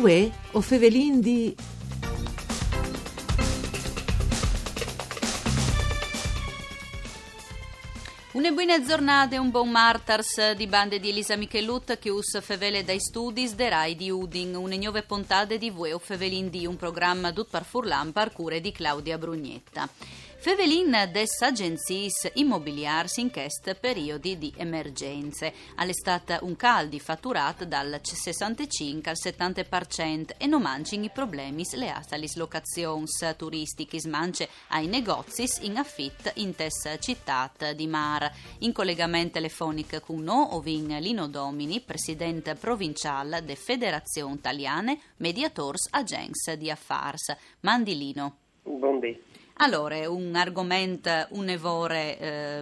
Uè, o Fevelin di... Une buone giornate e un buon martars di bande di Elisa Michelut che us fevele dai studi de Rai di Udin, une nuove puntate di Vue o Fevelin di un programma dut par Furlan par cure di Claudia Brugnetta. Fevelin des agencies immobiliars in quest periodi di emergenze. All'estate un caldi fatturat dal 65 al 70% e non mancin i problemi leati alle locazions turistiche smance ai negozi in affit in tes città di Mar. In collegamento telefonico con noi ovin Lino Domini, presidente provinciale de Federazione Italiane Mediators Agents di Affars. Mandilino. Buondì. Allora, un argomento un'evore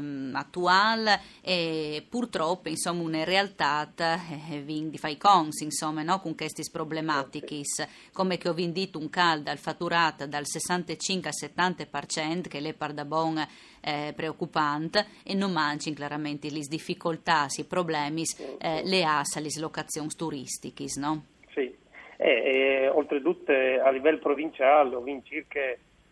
attuale e purtroppo insomma una realtà di fai cons insomma no con queste problematiche come che ho vendito un caldo al fatturato dal 65 al 70% che le par da bon preoccupante e non mancin chiaramente le difficoltà i problemi le as alle locazioni turistiche no? Sì, oltretutto a livello provinciale ho vinto circa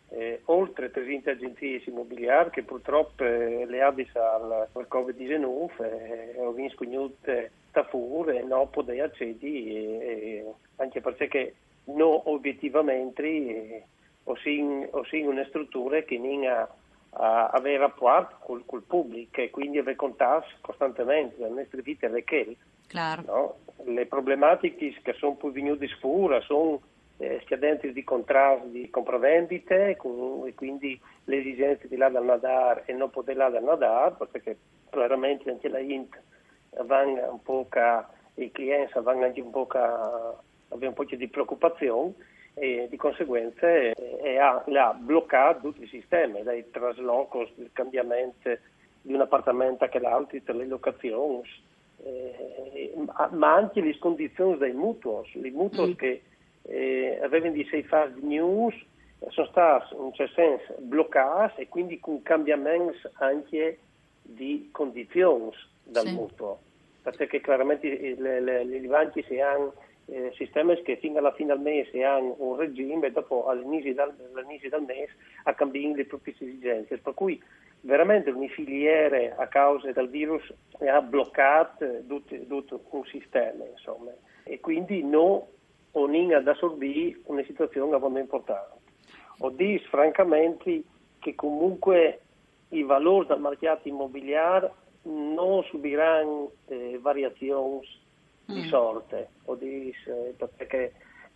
oltre 300 agenzie immobiliari che purtroppo le avvisa al Covid-19 ho visto conosciute da fuori e non poter accedere anche perché non obiettivamente o sin una struttura che non ha avere rapporto col pubblico e quindi avere contatto costantemente nella nostra vita le Claro. No? Le problematiche che sono poi venute fuori sono scadenze di contratti di compravendite e quindi le esigenze di là dal nadar e non poter là dal nadar perché chiaramente anche la Int vanno un po' i clienti vanno anche un po' avere un po' di preoccupazione e di conseguenza ha bloccato tutto il sistema dai traslochi, il cambiamento di un appartamento che l'altro per le locazioni ma anche le condizioni dei mutui che avevano di 6 fasi di news sono stati in certo senso bloccati e quindi con cambiamenti anche di condizioni dal mutuo perché chiaramente le banche si hanno sistemi che fino alla fine del mese hanno un regime e dopo all'inizio del mese a cambiare le proprie esigenze per cui veramente ogni filiere a causa del virus ha bloccato tutto un sistema insomma e quindi non ad assorbire una situazione molto importante. Ho detto francamente che comunque i valori del mercato immobiliare non subiranno variazioni di sorte. Ho detto perché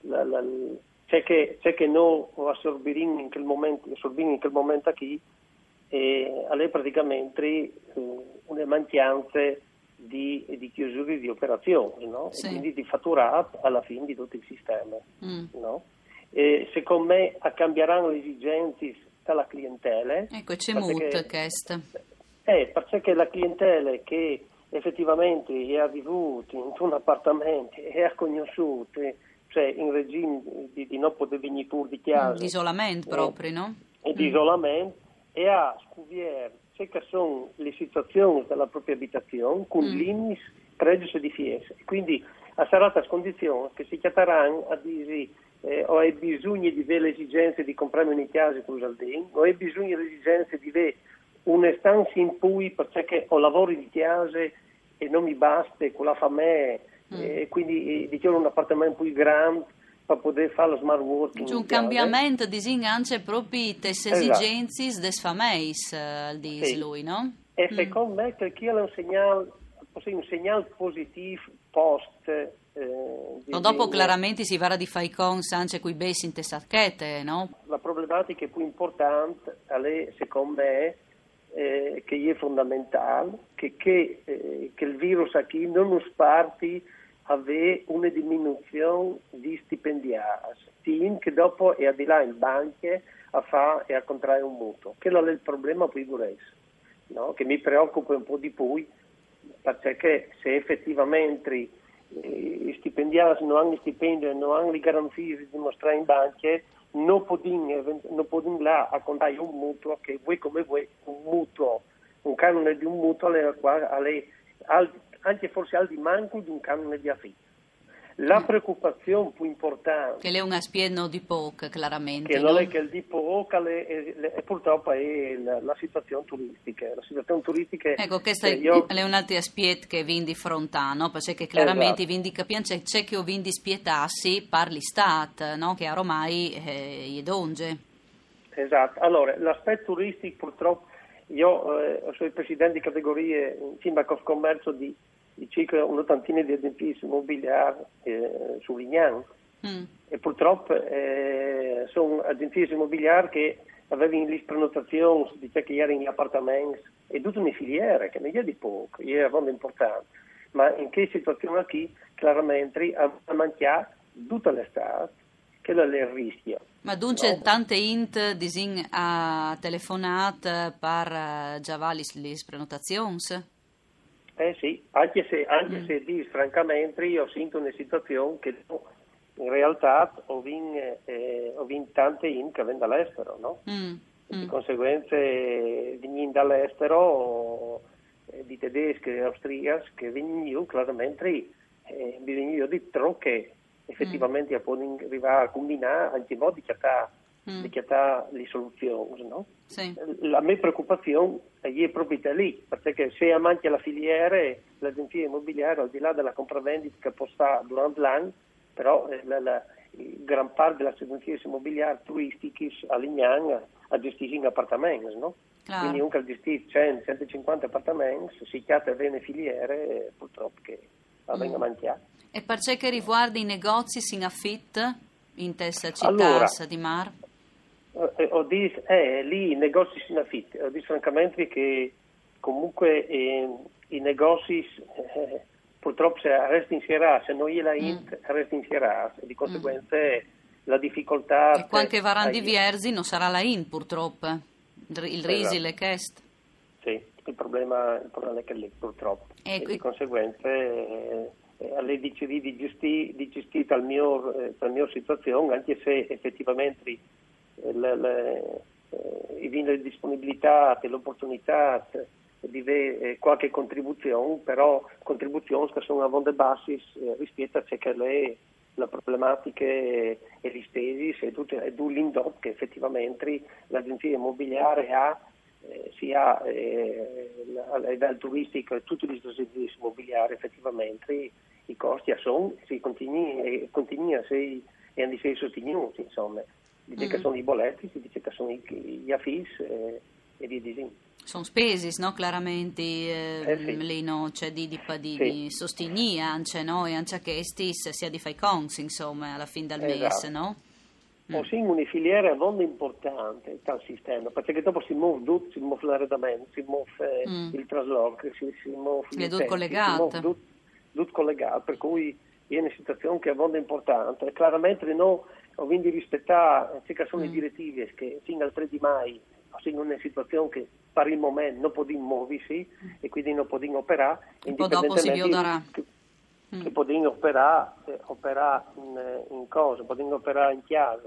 c'è che non assorbiremo in quel momento qui e alle praticamente una mancanza di chiusure di operazioni, no? Sì. E quindi di fatturato alla fine di tutto il sistema. No? E secondo me cambieranno le esigenze della clientela. Ecco, c'è molto questo. Perché la clientela che effettivamente è venuta in un appartamento e ha conosciuto, cioè in regime di non poter venire pure di casa. Di isolamento proprio, no? E di isolamento e a scoprire che sono le situazioni della propria abitazione con limiti pregiudizi di fies. Quindi a sarate condizioni che si chiameranno a dire ho bisogno di avere l'esigenza di comprare una casa con giardino, ho bisogno dell'esigenza di avere una stanza in cui perché ho lavori di casa e non mi basta con la famiglia e quindi diciamo un appartamento più grande per poter fare lo smart working. C'è un cambiamento anche proprio delle esigenze des famiglie al dis lui, no? E secondo me che è un segnale positivo post dopo chiaramente si va di fare cons anche qui bessi in tessacchette, no? La problematica più importante è secondo me che è fondamentale che il virus qui non ci parti avere una diminuzione di stipendiari che dopo è a di là in banche a fare e a contrarre un mutuo. Quello è il problema più grosso, no? Che mi preoccupa un po' di più perché se effettivamente i stipendiari non hanno stipendio e non hanno le garanzie di dimostrare in banche non possono là a contrarre un mutuo che voi come voi un canone di un mutuo anche forse al di manco di un canone di affitto. La preoccupazione più importante che è un aspieno di poco, chiaramente, che non è che il di poco purtroppo è la situazione turistica. Ecco, questo è un altro aspetto che vindi frontano, perché chiaramente vindi capiamo c'è che vindi spietassi parli stat, no? Che ormai è donge. Esatto. Allora, l'aspetto turistico purtroppo io sono il presidente di categorie in Cimacos-Commercio di circa un'ottantina di edifici immobiliari su Lignano e purtroppo sono edifici immobiliari che avevano le prenotazioni di che erano in appartamenti e tutte una filiera che non è di poco, è molto importante, ma in che situazione qui chiaramente a mangiare tutta l'estate che è il rischio. Ma dunque tante int disin a telefonat per già le prenotazioni? Sì, anche se dico francamente io sento una situazione che in realtà ho vinto tante int che vengono dall'estero, no? Di conseguenza vengono dall'estero di tedeschi e austriaci che vengono chiaramente bisogna di tro che effettivamente possono arrivare a combinare anche in modo di chiattare le soluzioni, no? Sì. La mia preoccupazione è proprio lì, perché se manca la filiera, l'agenzia immobiliare al di là della compravendita che può fare durante l'anno, però gran parte delle agenzie immobiliari turistiche a Lignano gestiscono appartamenti, no? Claro. Quindi anche al gestire 100-150 appartamenti si chiatta bene filiere purtroppo che venga mangiare. E per ciò che riguarda i negozi in affitto in testa città allora, di Mar? Lì i negozi in affitto, ho detto francamente che comunque i negozi purtroppo se resta in Sierra, se non gliela resta in Sierra, e di conseguenza la difficoltà... E qualche varandi vierzi non sarà la IN purtroppo, il risi le chest. Sì, il problema è che lì purtroppo, e di conseguenza... alle decidi di gestire la mia situazione, anche se effettivamente le disponibilità e l'opportunità di avere qualche contribuzione, però contribuzioni che sono a vonde bassi rispetto a ciò che è la problematica e gli spesi e tutto l'indop che effettivamente l'agenzia immobiliare ha sia a livello turistico e tutti gli servizi immobiliari effettivamente i costi sono, si continua a essere sostenuti, insomma, dice che sono i boletti, si dice che sono gli affissi e via di sì. Sono spesi, no? Chiaramente sì. Lì no, c'è di sostenere anche, no? E anche che sia di fai cons, insomma, alla fine del mese, no? O sì, una filiera molto importante dal sistema, perché dopo si muove tutto, si muove l'arredamento, si muove il trasloco, si muove le due collegate. Tutto collegato, per cui è una situazione che è molto importante. E chiaramente noi dobbiamo rispettare che sono le direttive che fino al 3 di maggio sono una situazione che per il momento non possiamo muoversi e quindi non possiamo operare indipendentemente che possiamo operare in cosa, possiamo operare in chiave.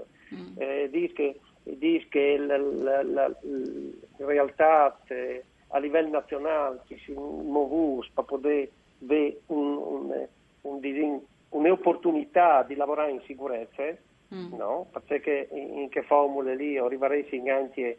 Dice che in realtà a livello nazionale ci si muove per poter avere un'opportunità di lavorare in sicurezza, no? Perché in che formule lì arriveresti anche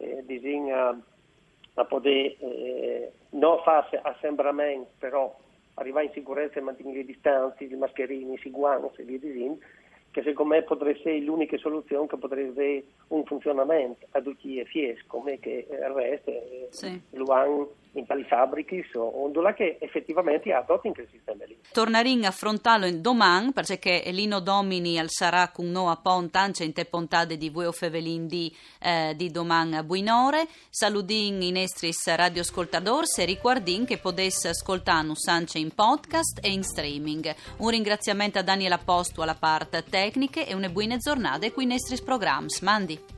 a poter non fare assembramento, però arrivare in sicurezza e mantenere le distanze, le mascherine, i guanti e via di sì, che secondo me potrebbe essere l'unica soluzione che potrebbe avere un funzionamento a tutti e fies, come che il resto lo hanno in tali fabbriche o là che effettivamente ha dato in quel sistema lì. Torneremo a affrontarlo domani perché Lino Domini al sarà con noi a Pontance in te pontate di Vueo Fevelin di domani a Buinore. Saludin i nostri radioascoltadori e ricordin che potesse ascoltare anche in podcast e in streaming. Un ringraziamento a Daniela Postu alla parte tecnica e una buona giornata con i nostri programmi. Mandi.